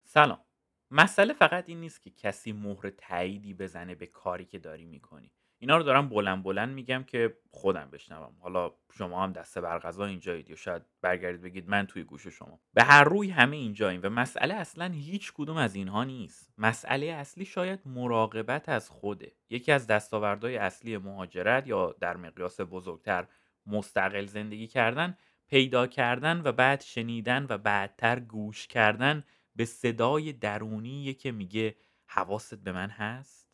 سلام. مسئله فقط این نیست که کسی مهر تاییدی بزنه به کاری که داری میکنی. اینا رو دارم بلند بلند میگم که خودم بشنوم. حالا شما هم دسته برقضا اینجایید یا شاید برگردید بگید من توی گوش شما. به هر روی همه اینجاییم و مسئله اصلا هیچ کدوم از اینها نیست. مسئله اصلی شاید مراقبت از خوده. یکی از دستاوردهای اصلی مهاجرت یا در مقیاس بزرگتر مستقل زندگی کردن، پیدا کردن و بعد شنیدن و بعدتر گوش کردن به صدای درونیه که میگه حواست به من هست؟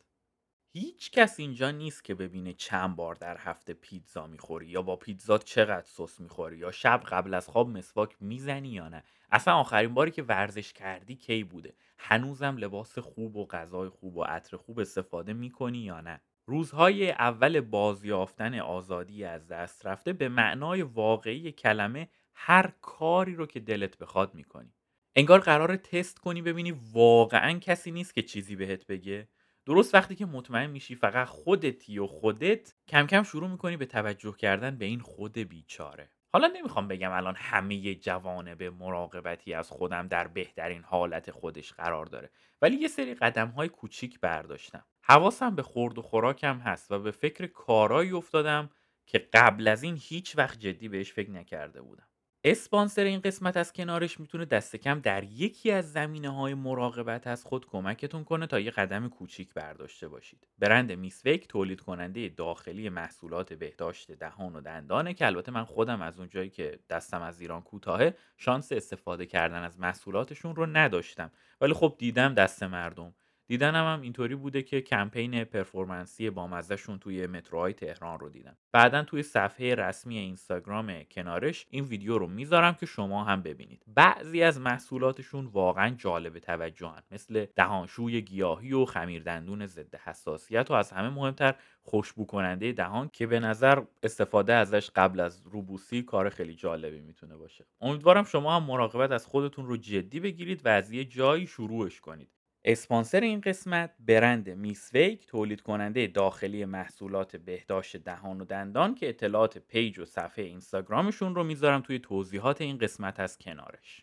هیچ کس اینجا نیست که ببینه چند بار در هفته پیتزا میخوری یا با پیتزا چقدر سس میخوری یا شب قبل از خواب مسواک میزنی یا نه. اصلا آخرین باری که ورزش کردی کی بوده؟ هنوزم لباس خوب و غذای خوب و عطر خوب استفاده میکنی یا نه؟ روزهای اول بازیافتن آزادی از دست رفته به معنای واقعی کلمه هر کاری رو که دلت بخواد میکنی. انگار قراره تست کنی ببینی واقعا کسی نیست که چیزی بهت بگه. درست وقتی که مطمئن میشی فقط خودتی و خودت، کم کم شروع میکنی به توجه کردن به این خود بیچاره. حالا نمیخوام بگم الان همه جوانب مراقبتی از خودم در بهترین حالت خودش قرار داره، ولی یه سری قدم های کوچیک برداشتم. حواسم به خورد و خوراکم هست و به فکر کارایی افتادم که قبل از این هیچ وقت جدی بهش فکر نکرده بودم. اسپانسر این قسمت از کنارش میتونه دست کم در یکی از زمینه‌های مراقبت از خود کمکتون کنه تا یه قدم کوچیک برداشته باشید. برند میسویک تولید کننده داخلی محصولات بهداشت دهان و دندانه که البته من خودم از اونجایی که دستم از ایران کوتاهه شانس استفاده کردن از محصولاتشون رو نداشتم، ولی خب دیدم دست مردم. دیدنم هم اینطوری بوده که کمپین پرفورمنسی بامزه‌شون توی متروهای تهران رو دیدم. بعدن توی صفحه رسمی اینستاگرام کنارش این ویدیو رو میذارم که شما هم ببینید. بعضی از محصولاتشون واقعا جالب توجهن، مثل دهانشوی گیاهی و خمیردندون ضد حساسیت و از همه مهمتر خوشبو کننده دهان که به نظر استفاده ازش قبل از روبوسی کار خیلی جالبی میتونه باشه. امیدوارم شما هم مراقبت از خودتون رو جدی بگیرید و از یه جایی شروعش کنید. اسپانسر این قسمت برند میسویک تولید کننده داخلی محصولات بهداشت دهان و دندان که اطلاعات پیج و صفحه اینستاگرامشون رو میذارم توی توضیحات این قسمت از کنارش.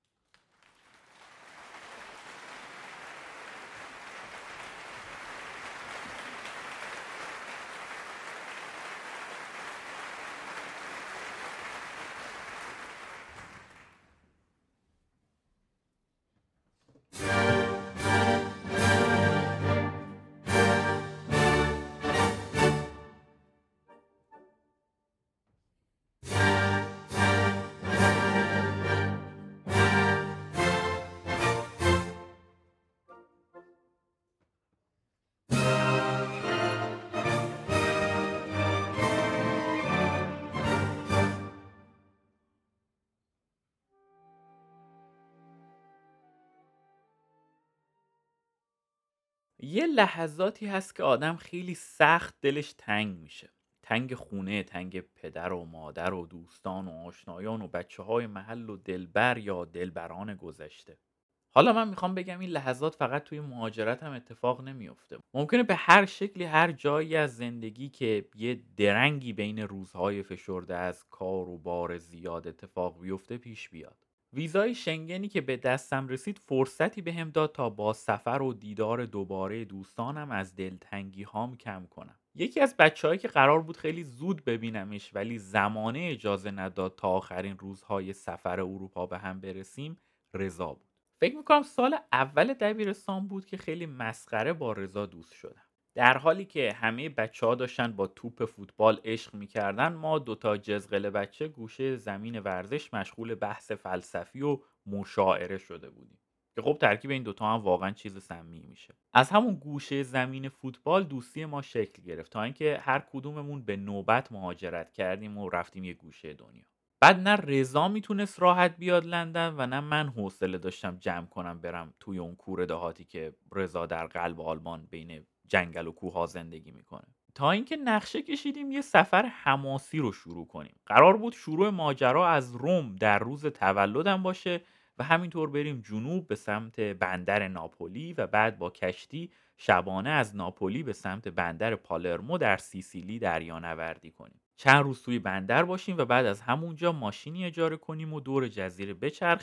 یه لحظاتی هست که آدم خیلی سخت دلش تنگ میشه. تنگ خونه، تنگ پدر و مادر و دوستان و آشنایان و بچه های محل و دلبر یا دلبران گذشته. حالا من میخوام بگم این لحظات فقط توی مهاجرت هم اتفاق نمیفته. ممکنه به هر شکلی هر جایی از زندگی که یه درنگی بین روزهای فشرده از کار و بار زیاد اتفاق بیفته پیش بیاد. ویزای شنگنی که به دستم رسید فرصتی بهم داد تا با سفر و دیدار دوباره دوستانم از دلتنگی هام کم کنم. یکی از بچه‌هایی که قرار بود خیلی زود ببینمش ولی زمانه اجازه نداد تا آخرین روزهای سفر اروپا به هم برسیم، رضا بود. فکر میکنم سال اول دبیرستان بود که خیلی مسخره با رضا دوست شدم. در حالی که همه بچه ها داشتن با توپ فوتبال عشق میکردن، ما دوتا جزغل بچه گوشه زمین ورزش مشغول بحث فلسفی و مشاعره شده بودیم که خب ترکیب این دوتا هم واقعا چیز سمی میشه. از همون گوشه زمین فوتبال دوستی ما شکل گرفت تا اینکه هر کدوممون به نوبت مهاجرت کردیم و رفتیم یه گوشه دنیا. بعد نه رضا میتونست راحت بیاد لندن و نه من حوصله داشتم جمع کنم برم توی اون کوره دهاتی که رضا در قلب آلمان بین جنگل و کوه زندگی میکنه. تا اینکه نقشه کشیدیم یه سفر حماسی رو شروع کنیم. قرار بود شروع ماجرا از روم در روز تولدم باشه و همینطور بریم جنوب به سمت بندر ناپولی و بعد با کشتی شبانه از ناپولی به سمت بندر پالرمو در سیسیلی دریانوردی کنیم. چند روز توی بندر باشیم و بعد از همونجا ماشینی اجاره کنیم و دور جزیره بچرخیم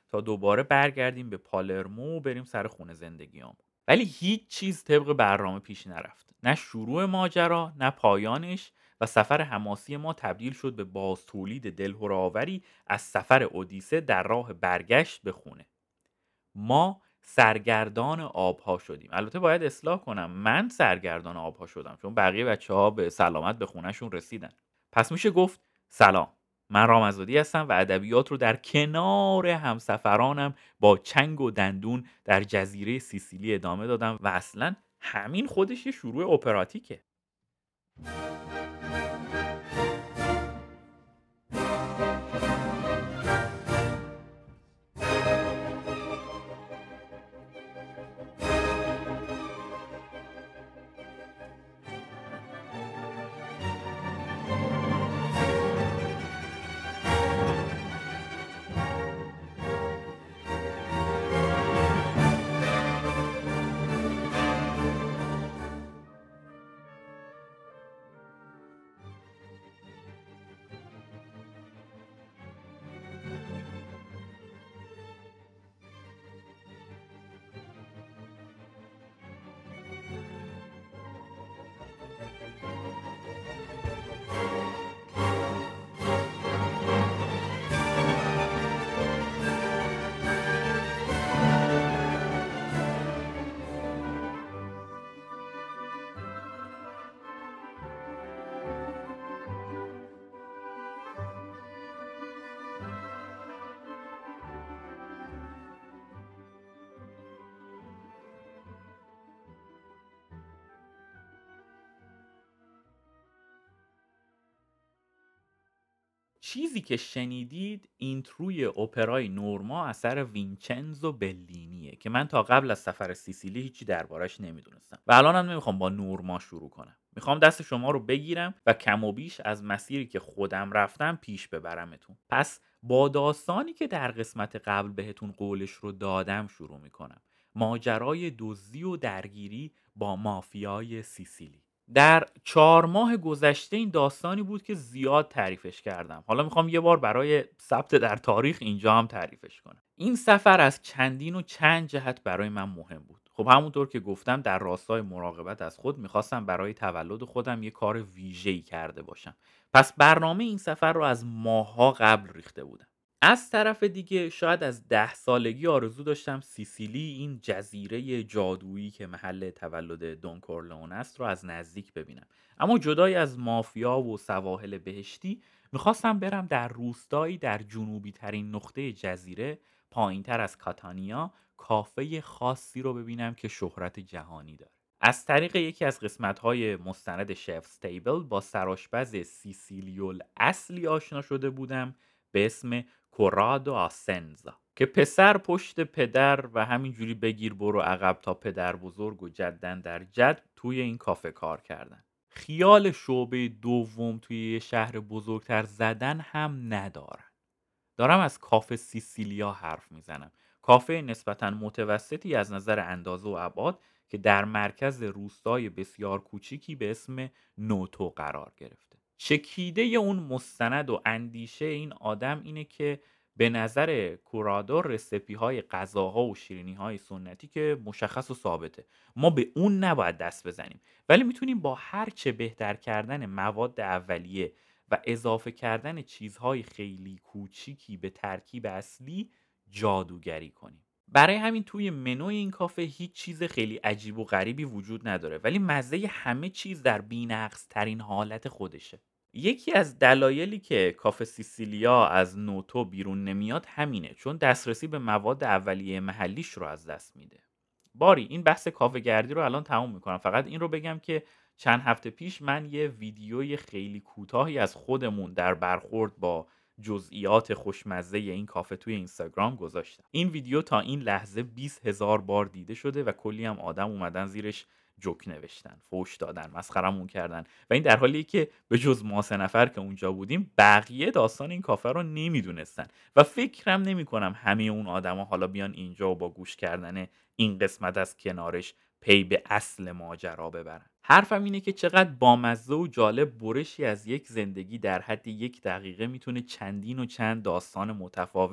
تا دوباره برگردیم به پالرمو و بریم سر خونه زندگیامون. ولی هیچ چیز طبق برنامه پیش نرفت. نه شروع ماجرا، نه پایانش، و سفر حماسی ما تبدیل شد به بازتولید دلهره‌آوری از سفر اودیسه در راه برگشت به خونه. ما سرگردان آبها شدیم. البته باید اصلاح کنم، من سرگردان آبها شدم، چون بقیه بچه‌ها به سلامت به خونه‌شون رسیدن. پس میشه گفت سلام، من رامزادی هستم و ادبیات رو در کنار همسفرانم با چنگ و دندون در جزیره سیسیلی ادامه دادم و اصلا همین خودش یه شروع اپراتیکه. چیزی که شنیدید اینتروی اپرای نورما اثر وینچنزو بلینیه که من تا قبل از سفر سیسیلی هیچی دربارش نمیدونستم و الان هم نمیخوام با نورما شروع کنم. میخوام دست شما رو بگیرم و کم و بیش از مسیری که خودم رفتم پیش ببرمتون. پس با داستانی که در قسمت قبل بهتون قولش رو دادم شروع میکنم. ماجرای دزدی و درگیری با مافیای سیسیلی. در 4 ماه گذشته این داستانی بود که زیاد تعریفش کردم. حالا میخوام یه بار برای ثبت در تاریخ اینجا هم تعریفش کنم. این سفر از چندین و چند جهت برای من مهم بود. خب همونطور که گفتم در راستای مراقبت از خود میخواستم برای تولد خودم یه کار ویژه‌ای کرده باشم. پس برنامه این سفر رو از ماه‌ها قبل ریخته بودم. از طرف دیگه شاید از 10 سالگی آرزو داشتم سیسیلی، این جزیره جادویی که محل تولد دون کورلئونه است، رو از نزدیک ببینم. اما جدای از مافیا و سواحل بهشتی میخواستم برم در روستایی در جنوبی ترین نقطه جزیره، پایین تر از کاتانیا، کافه خاصی رو ببینم که شهرت جهانی داره. از طریق یکی از قسمت‌های مستند شف ستیبل با سرآشپز سیسیلیول اصلی آشنا شده بودم به اسم کورادو آسنزا که پسر پشت پدر و همینجوری بگیر برو عقب تا پدر بزرگ و جدن در جد توی این کافه کار کردن. خیال شعبه دوم توی یه شهر بزرگتر زدن هم ندارن. دارم از کافه سیسیلیا حرف میزنم. کافه نسبتاً متوسطی از نظر اندازه و ابعاد که در مرکز روستای بسیار کوچیکی به اسم نوتو قرار گرفته. چکیده اون مستند و اندیشه این آدم اینه که به نظر کورادو رسپی های غذاها و شیرینی های سنتی که مشخص و ثابته، ما به اون نباید دست بزنیم، ولی میتونیم با هر چه بهتر کردن مواد اولیه و اضافه کردن چیزهای خیلی کوچیکی به ترکیب اصلی جادوگری کنیم. برای همین توی منوی این کافه هیچ چیز خیلی عجیب و غریبی وجود نداره، ولی مزه همه چیز در بی‌نقص ترین حالت خودشه. یکی از دلایلی که کافه سیسیلیا از نوتو بیرون نمیاد همینه، چون دسترسی به مواد اولیه محلیش رو از دست میده. باری این بحث کافه گردی رو الان تموم میکنم. فقط این رو بگم که چند هفته پیش من یه ویدیوی خیلی کوتاهی از خودمون در برخورد با جزئیات خوشمزه این کافه توی اینستاگرام گذاشتم. این ویدیو تا این لحظه 20,000 بار دیده شده و کلی هم آدم اومدن زیرش جوک نوشتن، فوش دادن، مسخرمون کردن، و این در حالیه که به جز ما 3 نفر که اونجا بودیم بقیه داستان این کافه رو نمیدونستن و فکرم نمیکنم همه اون آدما حالا بیان اینجا و با گوش کردن این قسمت از کنارش پی به اصل ماجرا ببرن. حرفم اینه که چقدر بامزه و جالب برشی از یک زندگی در حد 1 دقیقه میتونه چندین و چند داستان متفاوت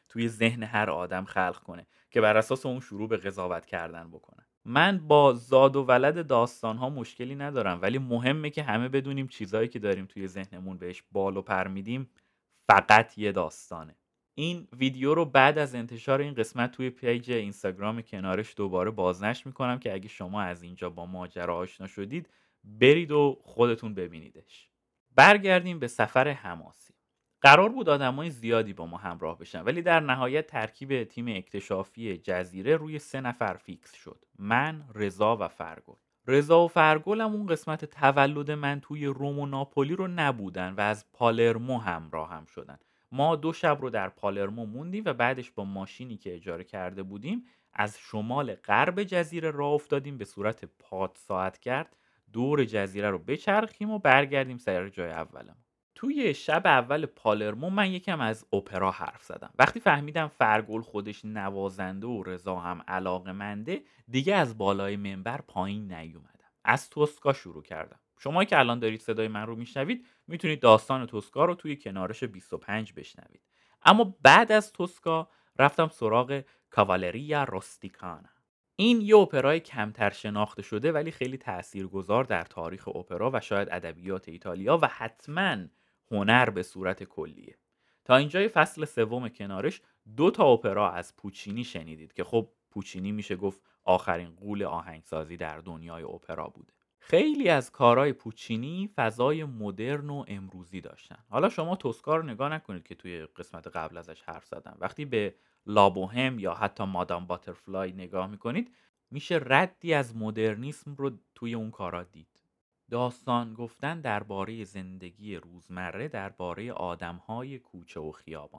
توی ذهن هر آدم خلق کنه که بر اساس اون شروع به قضاوت کردن بکنه. من با زاد و ولد داستان‌ها مشکلی ندارم، ولی مهمه که همه بدونیم چیزایی که داریم توی ذهنمون بهش بال و پر میدیم فقط یه داستانه. این ویدیو رو بعد از انتشار این قسمت توی پیج اینستاگرام کنارش دوباره بازنشر میکنم که اگه شما از اینجا با ماجرا آشنا شدید برید و خودتون ببینیدش. برگردیم به سفر حماسی. قرار بود آدمای زیادی با ما همراه بشن، ولی در نهایت ترکیب تیم اکتشافی جزیره روی 3 نفر فیکس شد: من، رضا و فرگل. رضا و فرگل هم اون قسمت تولد من توی روم و ناپولی رو نبودن و از پالرمو همراه هم شدن. ما 2 شب رو در پالرمو موندیم و بعدش با ماشینی که اجاره کرده بودیم از شمال غرب جزیره راه افتادیم به صورت پاد ساعتگرد دور جزیره رو بچرخیم و برگردیم سر جای اولمون. توی شب اول پالرمو من یکم از اپرا حرف زدم. وقتی فهمیدم فرگل خودش نوازنده و رضا هم علاقه‌منده، دیگه از بالای منبر پایین نیومدم. از توسکا شروع کردم. شما که الان دارید صدای من رو میشنوید میتونید داستان توسکا رو توی کنارش 25 بشنوید. اما بعد از توسکا رفتم سراغ کاوالریا روستیکانا. این یه اپرای کمتر شناخته شده ولی خیلی تاثیرگذار در تاریخ اپرا و شاید ادبیات ایتالیا و حتماً هنر به صورت کلیه. تا اینجای فصل سوم کنارش 2 تا اپرا از پوچینی شنیدید که خب پوچینی میشه گفت آخرین غول آهنگسازی در دنیای اپرا بوده. خیلی از کارهای پوچینی فضای مدرن و امروزی داشتن. حالا شما توسکا رو نگاه نکنید که توی قسمت قبل ازش حرف زدم. وقتی به لابوهم یا حتی مادام باترفلای نگاه میکنید میشه ردی از مدرنیسم رو توی اون کارا دید. داستان گفتن درباره زندگی روزمره درباره آدم‌های کوچه و خیابان.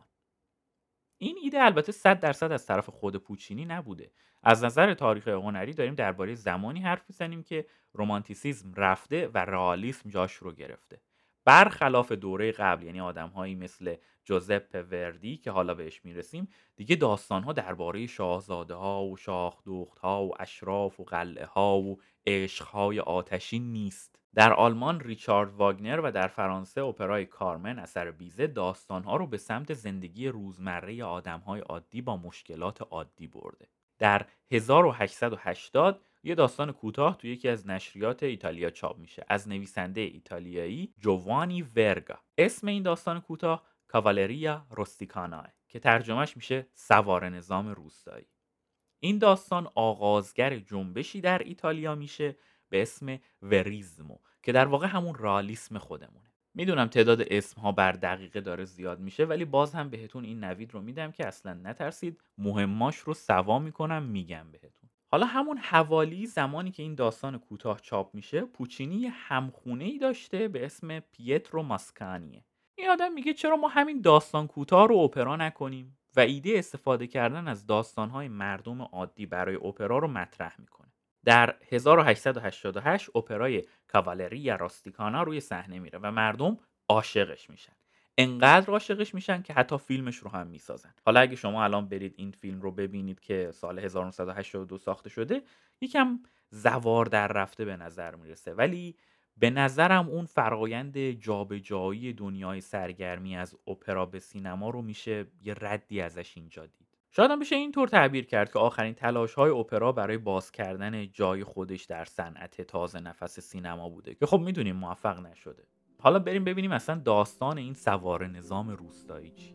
این ایده البته 100% از طرف خود پوچینی نبوده. از نظر تاریخ هنری داریم درباره زمانی حرف میزنیم که رمانتیسیسم رفته و رئالیسم جاش رو گرفته. برخلاف دوره قبل، یعنی آدم‌هایی مثل جوزپ وردی که حالا بهش میرسیم، دیگه داستان‌ها درباره شاهزاده‌ها و شاهدخت‌ها و اشراف و قلعه‌ها و عشق‌های آتشین نیست. در آلمان ریچارد واگنر و در فرانسه اپرای کارمن اثر بیزه داستانها رو به سمت زندگی روزمره آدمهای عادی با مشکلات عادی برده. در 1880 یه داستان کوتاه توی یکی از نشریات ایتالیا چاپ میشه از نویسنده ایتالیایی جوانی ورگا. اسم این داستان کوتاه کاوالریا روستیکانا که ترجمهش میشه سوار نظام روستایی. این داستان آغازگر جنبشی در ایتالیا میشه به اسم وریزمو که در واقع همون رالیسم خودمونه. میدونم تعداد اسمها بر دقیقه داره زیاد میشه، ولی باز هم بهتون این نوید رو میدم که اصلا نترسید، مهماش رو سوا میکنم میگم بهتون. حالا همون حوالی زمانی که این داستان کوتاه چاپ میشه، پوچینی همخونه‌ای داشته به اسم پیترو ماسکانیه. این آدم میگه چرا ما همین داستان کوتاه رو اپرا نکنیم و ایده استفاده کردن از داستان‌های مردم عادی برای اپرا رو مطرح میکنه. در 1888 اپرای کاوالریا راستیکانا روی صحنه میره و مردم عاشقش میشن. انقدر عاشقش میشن که حتی فیلمش رو هم میسازن. حالا اگه شما الان برید این فیلم رو ببینید که سال 1982 ساخته شده، یکم زوار در رفته به نظر میرسه، ولی به نظرم اون فرایند جابجایی دنیای سرگرمی از اپرا به سینما رو میشه یه ردی ازش اینجا دید. شاید هم بشه اینطور تعبیر کرد که آخرین تلاش‌های اپرا برای باز کردن جای خودش در صنعت تازه نفس سینما بوده که خب میدونیم موفق نشده. حالا بریم ببینیم اصلا داستان این سوار نظام روستایی چی.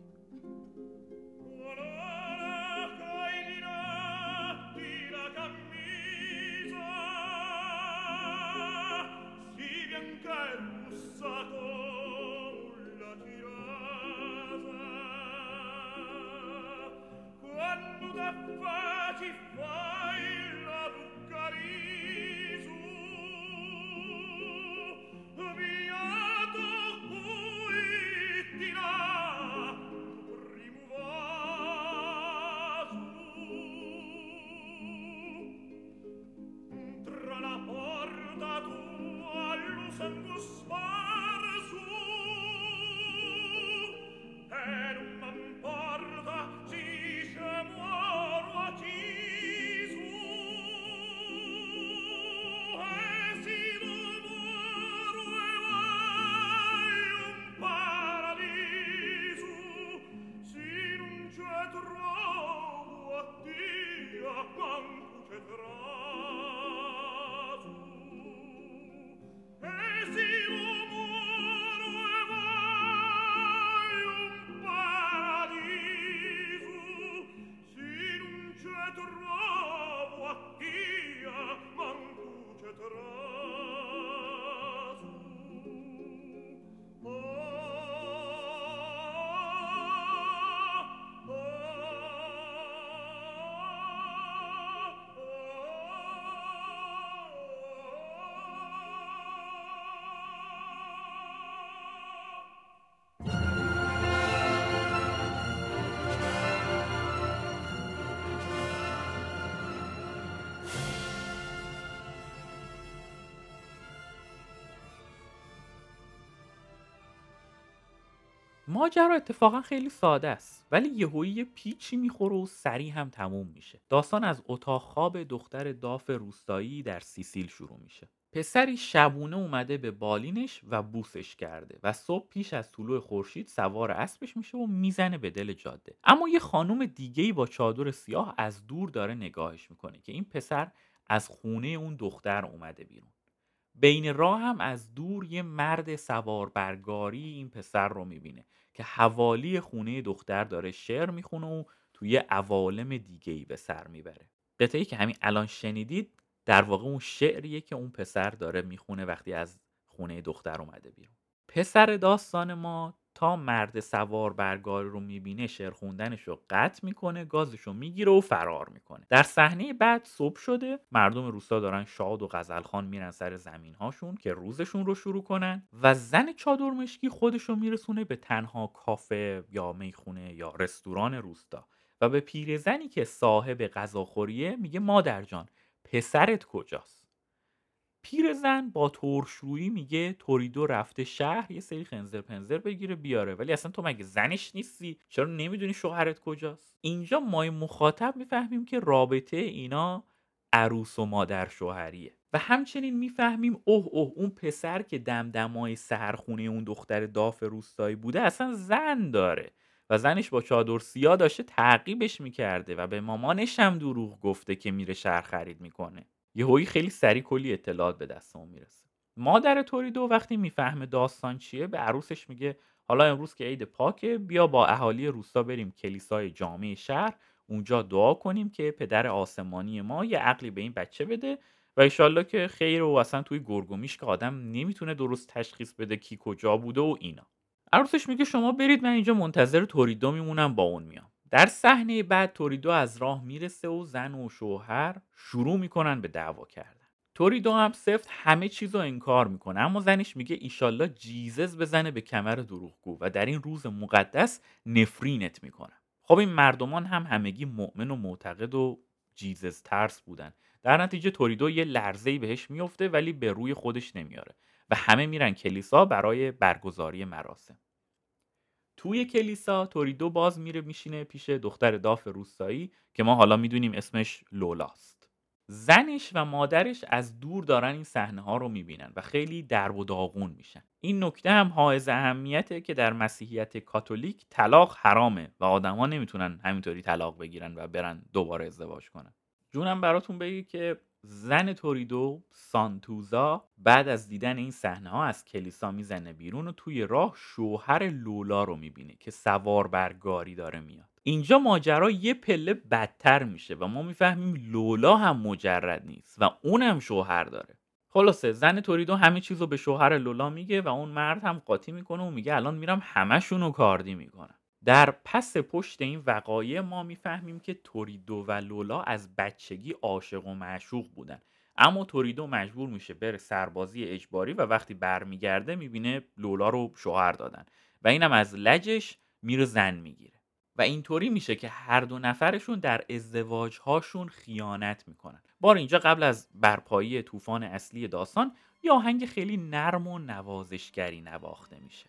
ماجرا اتفاقا خیلی ساده است ولی یهویی یه پیچی میخوره و سریع هم تموم میشه. داستان از اتاق خواب دختر داف روستایی در سیسیل شروع میشه. پسری شبونه اومده به بالینش و بوسش کرده و صبح پیش از طلوع خورشید سوار اسبش میشه و میزنه به دل جاده. اما یه خانم دیگه‌ای با چادر سیاه از دور داره نگاهش میکنه که این پسر از خونه اون دختر اومده بیرون. بین راه هم از دور یه مرد سوار بر گاری این پسر رو میبینه که حوالی خونه دختر داره شعر میخونه و توی عوالم دیگه‌ای به سر میبره. قطعه‌ای که همین الان شنیدید در واقع اون شعریه که اون پسر داره میخونه وقتی از خونه دختر اومده بیرون. پسر داستان ما تا مرد سوار بر گاری رو میبینه شعر خوندنش رو قطع میکنه، گازش رو میگیره و فرار میکنه. در صحنه بعد صبح شده، مردم روستا دارن شاد و غزلخوان میرن سر زمین هاشون که روزشون رو شروع کنن و زن چادر مشکی خودش رو میرسونه به تنها کافه یا میخونه یا رستوران روستا و به پیرزنی که صاحب غذاخوریه میگه مادر جان پسرت کجاست؟ پیرزن با ترشرویی میگه توریدو رفته شهر یه سری خنزر پنزر بگیره بیاره. ولی اصلا تو مگه زنش نیستی؟ چرا نمیدونی شوهرت کجاست؟ اینجا ما مخاطب میفهمیم که رابطه اینا عروس و مادر شوهریه و همچنین میفهمیم اوه اوه اون پسر که دمدمای سحرخونه اون دختر داف روستایی بوده اصلا زن داره و زنش با چادر سیاه داشته تعقیبش میکرده و به مامانش هم دروغ گفته که میره شهر خرید میکنه. یهویی خیلی سریع کلی اطلاعات به دستمون میرسه. مادر توریدو وقتی میفهمه داستان چیه به عروسش میگه حالا امروز که عید پاکه بیا با اهالی روستا بریم کلیسای جامع شهر، اونجا دعا کنیم که پدر آسمانی ما یه عقلی به این بچه بده و ایشالله که خیر. و اصلا توی گرگومیش که آدم نمیتونه درست تشخیص بده کی کجا بوده و اینا. عروسش میگه شما برید من اینجا منتظر توریدو میمونم با اون میام. در صحنه بعد توریدو از راه میرسه و زن و شوهر شروع میکنن به دعوا کردن. توریدو هم سفت همه چیزو انکار میکنه اما زنش میگه ایشالله جیزس بزنه به کمر دروغگو و در این روز مقدس نفرینت میکنه. خب این مردمان هم همگی مؤمن و معتقد و جیزس ترس بودن. در نتیجه توریدو یه لرزه‌ای بهش میفته ولی به روی خودش نمیاره و همه میرن کلیسا برای برگزاری مراسم. توی کلیسا توریدو باز میره میشینه پیش دختر داف روستایی که ما حالا میدونیم اسمش لولاست. زنش و مادرش از دور دارن این صحنه ها رو میبینن و خیلی درب و داغون میشن. این نکته هم حائز اهمیته که در مسیحیت کاتولیک طلاق حرامه و آدما نمیتونن همینطوری طلاق بگیرن و برن دوباره ازدواج کنن. جونم براتون بگی که زن توریدو سانتوزا بعد از دیدن این صحنه ها از کلیسا میزنه بیرون و توی راه شوهر لولا رو میبینه که سوار بر گاری داره میاد. اینجا ماجرا یه پله بدتر میشه و ما میفهمیم لولا هم مجرد نیست و اونم شوهر داره. خلاصه زن توریدو همه چیزو به شوهر لولا میگه و اون مرد هم قاطی میکنه و میگه الان میرم همشونو کاردی میکنم. در پس پشت این وقایع ما میفهمیم که توریدو و لولا از بچگی عاشق و معشوق بودن اما توریدو مجبور میشه بره سربازی اجباری و وقتی برمیگرده میبینه لولا رو شوهر دادن و اینم از لجش میره زن میگیره و اینطوری میشه که هر دو نفرشون در ازدواج هاشون خیانت میکنن. بار اینجا قبل از برپایی طوفان اصلی داستان یه آهنگ خیلی نرم و نوازشگری نواخته میشه.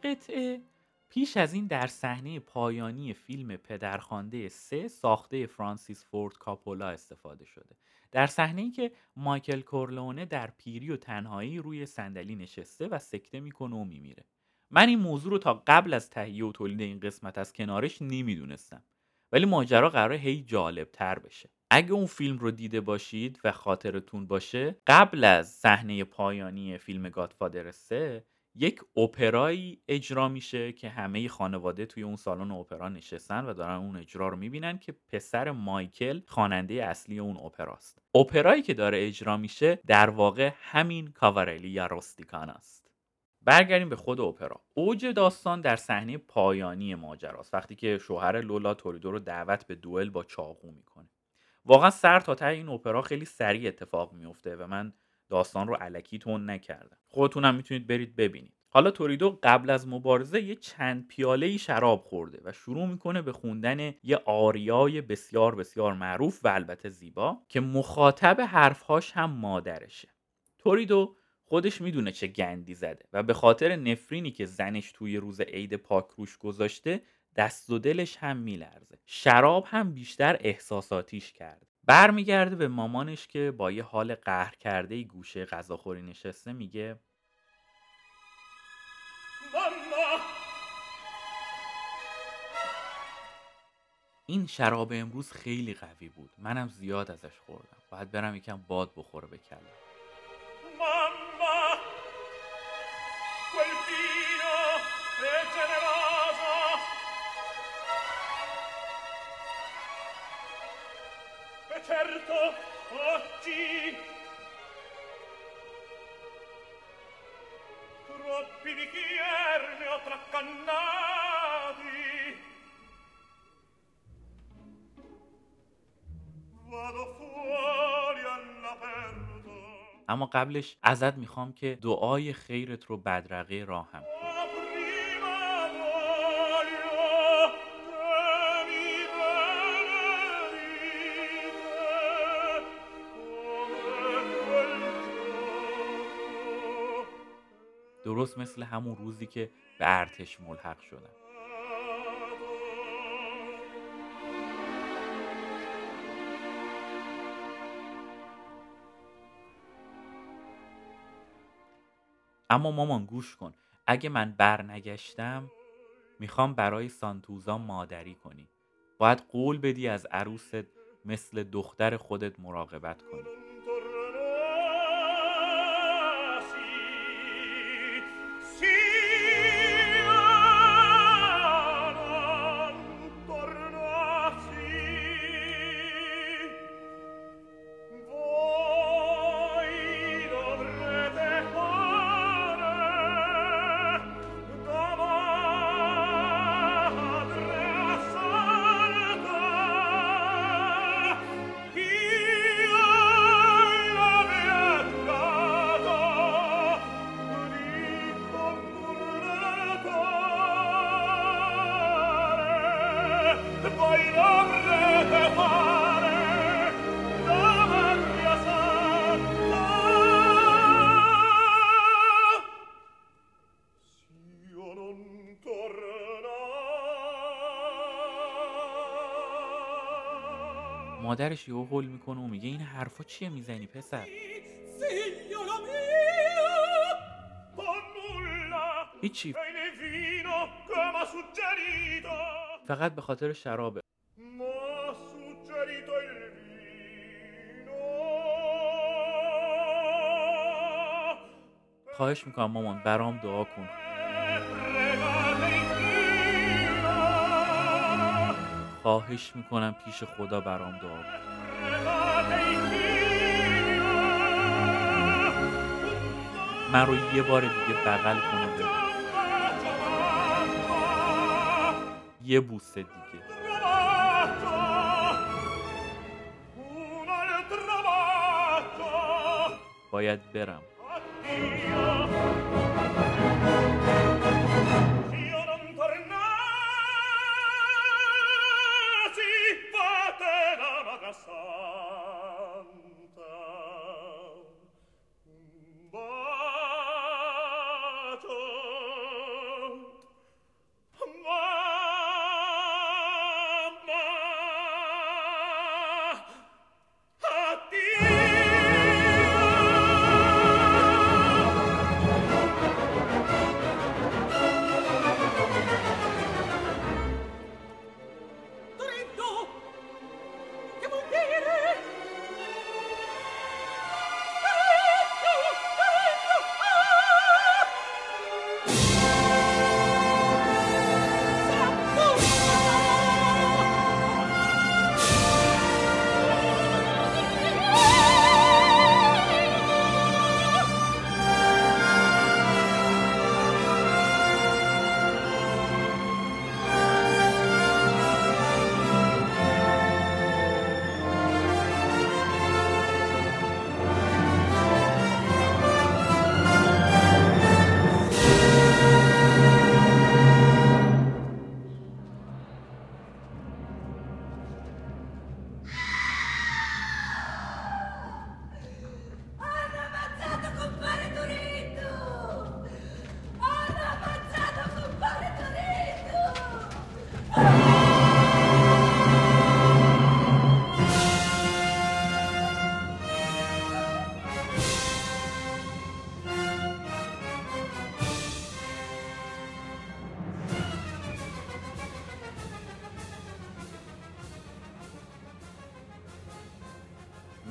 قطعه پیش از این در صحنه پایانی فیلم پدرخوانده 3 ساخته فرانسیس فورد کاپولا استفاده شده. در صحنه‌ای که مایکل کورلئونه در پیری و تنهایی روی صندلی نشسته و سکته میکنه و میمیره. من این موضوع رو تا قبل از تهیه و تولید این قسمت از کنارش نمیدونستم. ولی ماجرا قراره هی جالب تر بشه. اگه اون فیلم رو دیده باشید و خاطرتون باشه، قبل از صحنه پایانی فیلم گادفادر 3 یک اپرایی اجرا میشه که همه خانواده توی اون سالن اپرا نشستن و دارن اون اجرا رو میبینن که پسر مایکل خواننده اصلی اون اپراست. اپرایی که داره اجرا میشه در واقع همین کاوارلی روستیکان است. برگردیم به خود اپرا. اوج داستان در صحنه پایانی ماجراست، وقتی که شوهر لولا توریدو رو دعوت به دوئل با چاقو میکنه. واقعا سر تا ته این اپرا خیلی سریع اتفاق میفته و من داستان رو الکی تون نکردم. خودتونم میتونید برید ببینید. حالا توریدو قبل از مبارزه یه چند پیاله شراب خورده و شروع میکنه به خوندن یه آریای بسیار بسیار معروف و البته زیبا که مخاطب حرفهاش هم مادرشه. توریدو خودش میدونه چه گندی زده و به خاطر نفرینی که زنش توی روز عید پاک روش گذاشته دست و دلش هم میلرزه. شراب هم بیشتر احساساتیش کرد. برمیگرده به مامانش که با یه حال قهر کرده گوشه غذاخوری نشسته میگه ماما، این شراب امروز خیلی قوی بود. منم زیاد ازش خوردم. باید برم یکم باد بخوره به کلم. ماما quel vino è generoso e certo oggi troppi bicchieri ne ho traccannati vado fuori all'aperto. اما قبلش ازت میخوام که دعای خیرت رو بدرقه راهم کنی. درست مثل همون روزی که به ارتش ملحق شدم. اما مامان گوش کن، اگه من برنگشتم میخوام برای سانتوزا مادری کنی. باید قول بدی از عروست مثل دختر خودت مراقبت کنی. مادرش یهو هول میکنه و میگه این حرفا چیه میزنی پسر؟ هیچی، فقط به خاطر شرابه. خواهش میکنم مامان برام دعا کن. خواهش میکنم پیش خدا برام دعا کن. من رو یه بار دیگه بغل کن و ببوس. یه بوسه دیگه. باید برم.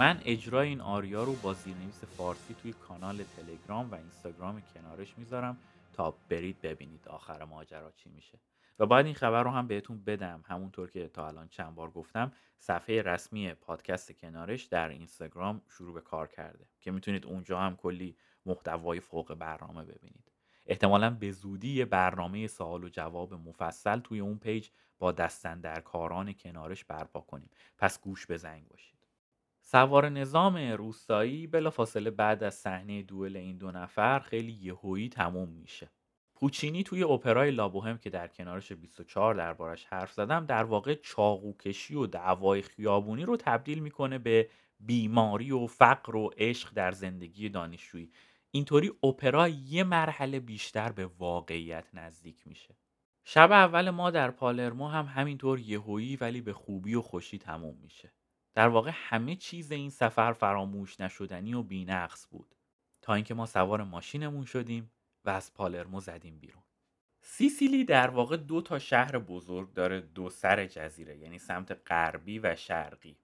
من اجرای این آریا رو با زیرنویس فارسی توی کانال تلگرام و اینستاگرام کنارش میذارم تا برید ببینید آخر ماجرا چی میشه. و باید این خبر رو هم بهتون بدم، همونطور که تا الان چند بار گفتم صفحه رسمی پادکست کنارش در اینستاگرام شروع به کار کرده که میتونید اونجا هم کلی محتوای فوق برنامه ببینید. احتمالاً به زودی یه برنامه سوال و جواب مفصل توی اون پیج با دست‌اندرکاران کنارش برپا کنیم. پس گوش به زنگ باشید. سوار نظام روستایی بلافاصله بعد از صحنه دوئل این دو نفر خیلی یهویی تموم میشه. پوچینی توی اپرای لابوهم که در کنارش 24 دربارش حرف زدم در واقع چاقوکشی و دعوای خیابونی رو تبدیل میکنه به بیماری و فقر و عشق در زندگی دانشجویی. اینطوری اپرا یه مرحله بیشتر به واقعیت نزدیک میشه. شب اول ما در پالرمو هم همینطور یهویی ولی به خوبی و خوشی تموم میشه. در واقع همه چیز این سفر فراموش نشدنی و بی‌نقص بود تا اینکه ما سوار ماشینمون شدیم و از پالرمو زدیم بیرون. سیسیلی در واقع دو تا شهر بزرگ داره، دو سر جزیره، یعنی سمت غربی و شرقی.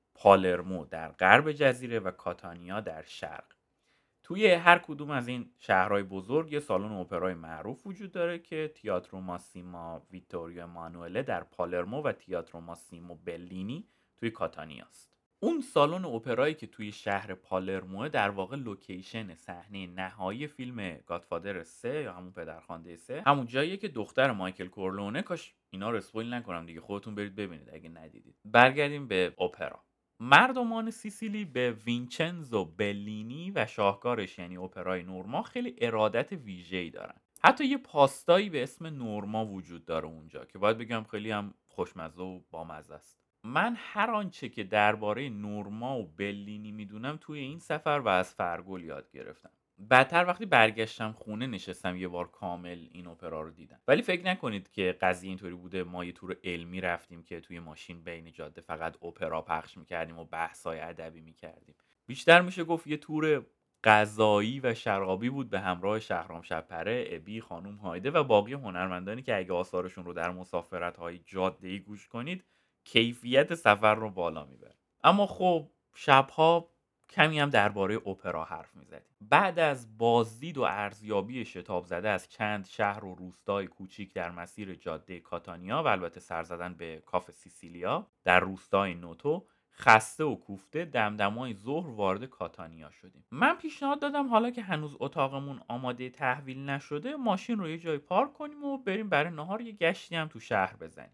پالرمو در غرب جزیره و کاتانیا در شرق. توی هر کدوم از این شهرهای بزرگ یه سالن اپرای معروف وجود داره که تئاترو ماسیما ویتوریو امانوئله در پالرمو و تئاترو ماسیمو بلینی توی کاتانیاست. اون سالن اپرایی که توی شهر پالرمو در واقع لوکیشن صحنه نهایی فیلم گادفادر 3 یا همون پدرخوانده 3، همون جاییه که دختر مایکل کورلونه، کاش اینا رو اسپویل نکنم دیگه، خودتون برید ببینید اگه ندیدید. برگردیم به اپرا. مردمان سیسیلی به وینچنزو بلینی و شاهکارش یعنی اپرای نورما خیلی ارادت ویژه‌ای دارن. حتی یه پاستایی به اسم نورما وجود داره اونجا که باید بگم خیلی هم خوشمزه و بامزه است. من هر آنچه که درباره نورما و بلینی میدونم توی این سفر و از فرگل یاد گرفتم. بعدتر وقتی برگشتم خونه نشستم یه بار کامل این اپرا رو دیدم. ولی فکر نکنید که قضیه اینطوری بوده ما یه تور علمی رفتیم که توی ماشین بین جاده فقط اپرا پخش میکردیم و بحث‌های ادبی میکردیم. بیشتر میشه گفت یه تور غذایی و شرابی بود به همراه شهرام شب‌پره، ابی، خانم هایده و باقی هنرمندانی که اگه آثارشون رو در مسافرت‌های جاده‌ای گوش کنید کیفیت سفر رو بالا میبره. اما خب شبها کمی هم درباره اپرا حرف میزدیم. بعد از بازدید و ارزیابی شتاب زده از چند شهر و روستای کوچیک در مسیر جاده کاتانیا و البته سر زدن به کاف سیسیلیا در روستای نوتو، خسته و کوفته دمدمای ظهر وارد کاتانیا شدیم. من پیشنهاد دادم حالا که هنوز اتاقمون آماده تحویل نشده ماشین رو یه جای پارک کنیم و بریم برای نهار یه گشتی هم تو شهر بزنیم.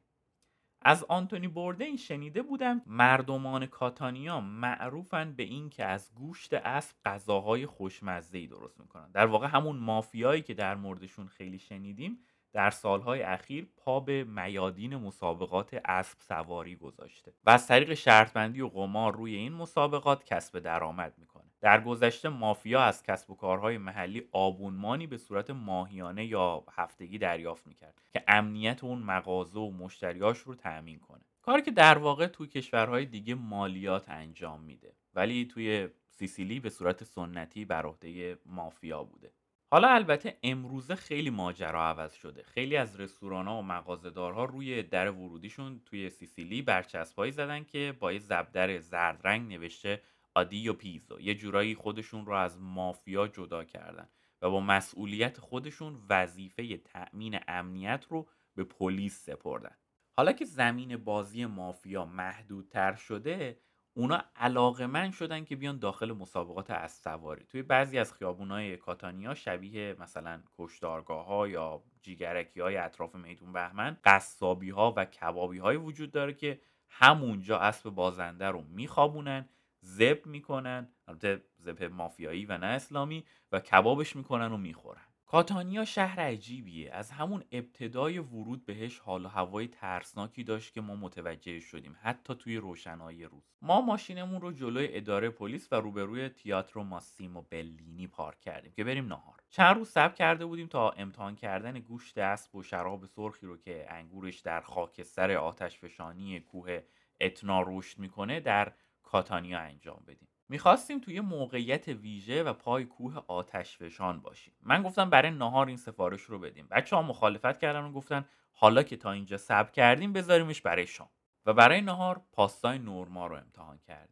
از آنتونی بوردین شنیده بودم مردمان کاتانیا معروفن به این که از گوشت اسب غذاهای خوشمزه‌ای درست میکنن. در واقع همون مافیایی که در موردشون خیلی شنیدیم در سالهای اخیر پا به میادین مسابقات اسب سواری گذاشته و از طریق شرطبندی و قمار روی این مسابقات کسب درآمد میکنه. در گذشته مافیا از کسب و کارهای محلی آبونمانی به صورت ماهیانه یا هفتگی دریافت میکرد که امنیت اون مغازه و مشتریاش رو تأمین کنه. کاری که در واقع توی کشورهای دیگه مالیات انجام میده ولی توی سیسیلی به صورت سنتی بر عهده مافیا بوده. حالا البته امروزه خیلی ماجرا عوض شده. خیلی از رستوران‌ها و مغازه‌دارها روی در ورودیشون توی سیسیلی برچسب‌هایی زدن که با یه زبدر زرد رنگ نوشته آدیو پیزو. یه جورایی خودشون رو از مافیا جدا کردن و با مسئولیت خودشون وظیفه تأمین امنیت رو به پلیس سپردن. حالا که زمین بازی مافیا محدودتر شده اونا علاقمند شدن که بیان داخل مسابقات اسب‌سواری. توی بعضی از خیابونای کاتانیا شبیه مثلا کشتارگاه‌ها یا جیگرکی‌های اطراف میدون بهمن قصابی‌ها و کبابی‌های وجود داره که همونجا اسب بازنده رو میخوابونن، ذبح میکنن، البته ذبح مافیایی و نه اسلامی، و کبابش میکنن و میخورن. کاتانیا شهر عجیبیه. از همون ابتدای ورود بهش حال و هوای ترسناکی داشت که ما متوجه شدیم حتی توی روشنایی روز. ما ماشینمون رو جلوی اداره پلیس و روبروی تئاترو ماسیمو بلینی پارک کردیم که بریم نهار. چند روز صبر کرده بودیم تا امتحان کردن گوشت اسب و شراب سرخی رو که انگورش در خاکستر آتشفشانی کوه اتنا رشد میکنه در کاتانیا انجام بدیم. میخواستیم توی موقعیت ویژه و پای کوه آتشفشان باشیم. من گفتم برای نهار این سفارش رو بدیم. بچه‌ها مخالفت کردن و گفتن حالا که تا اینجا صبر کردیم بذاریمش برای شام. و برای نهار پاستای نورما رو امتحان کردیم.